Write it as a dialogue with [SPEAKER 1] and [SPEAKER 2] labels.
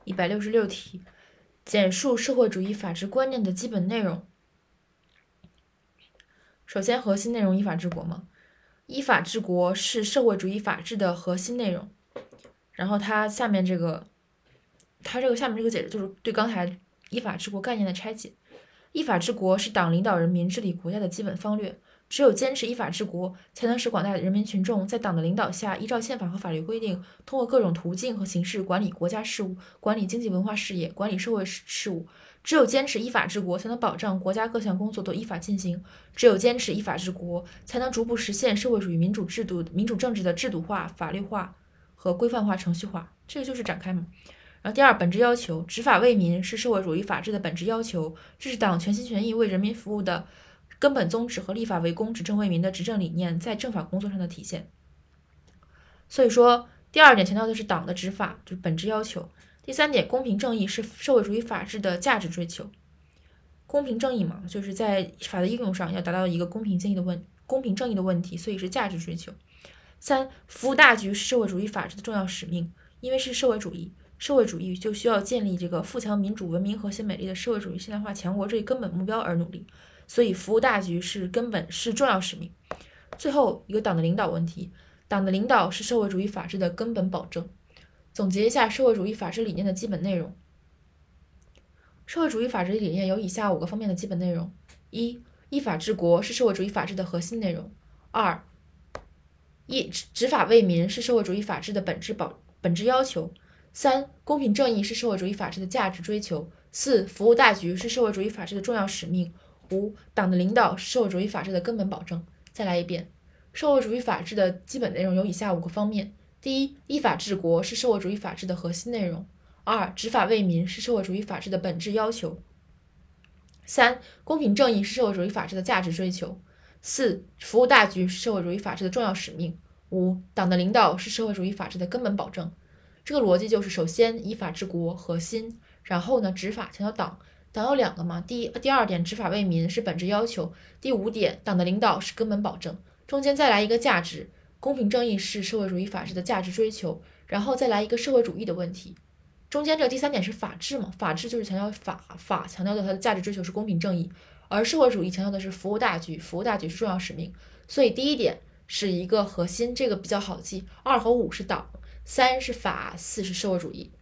[SPEAKER 1] 166题，简述社会主义法治观念的基本内容。首先，核心内容依法治国嘛，依法治国是社会主义法治的核心内容。然后它下面这个解释就是对刚才依法治国概念的拆解。依法治国是党领导人民治理国家的基本方略，只有坚持依法治国，才能使广大人民群众在党的领导下，依照宪法和法律规定，通过各种途径和形式管理国家事务，管理经济文化事业，管理社会事务。只有坚持依法治国，才能保障国家各项工作都依法进行；只有坚持依法治国，才能逐步实现社会主义民主政治的制度化、法律化和规范化、程序化。这个就是展开嘛。然后第二，本质要求，执法为民是社会主义法治的本质要求，这是党全心全意为人民服务的根本宗旨和立法为公、执政为民的执政理念在政法工作上的体现。所以说，第二点强调的是党的执法，就是本质要求。第三点，公平正义是社会主义法治的价值追求。公平正义嘛，就是在法的应用上要达到一个公平正义的问题，所以是价值追求。三，服务大局是社会主义法治的重要使命，因为是社会主义就需要建立这个富强、民主、文明、和谐、美丽的社会主义现代化强国这一根本目标而努力，所以服务大局是重要使命。最后一个党的领导问题，党的领导是社会主义法治的根本保证。总结一下社会主义法治理念的基本内容。社会主义法治理念有以下5个方面的基本内容：一、依法治国是社会主义法治的核心内容；二、执法为民是社会主义法治的本质要求；三、公平正义是社会主义法治的价值追求；四、服务大局是社会主义法治的重要使命；五、党的领导是社会主义法治的根本保证。再来一遍，社会主义法治的基本内容有以下5个方面：第一，依法治国是社会主义法治的核心内容；二、执法为民是社会主义法治的本质要求；三、公平正义是社会主义法治的价值追求；四、服务大局是社会主义法治的重要使命；五、党的领导是社会主义法治的根本保证。这个逻辑就是：首先依法治国核心，然后呢执法强调党有2个嘛，第二点执法为民是本质要求，第5点党的领导是根本保证，中间再来一个价值，公平正义是社会主义法治的价值追求，然后再来一个社会主义的问题。中间这个第3点是法治嘛，法治就是强调法强调的它的价值追求是公平正义，而社会主义强调的是服务大局是重要使命。所以第1点是一个核心，这个比较好记，2和5是党，3是法，4是社会主义。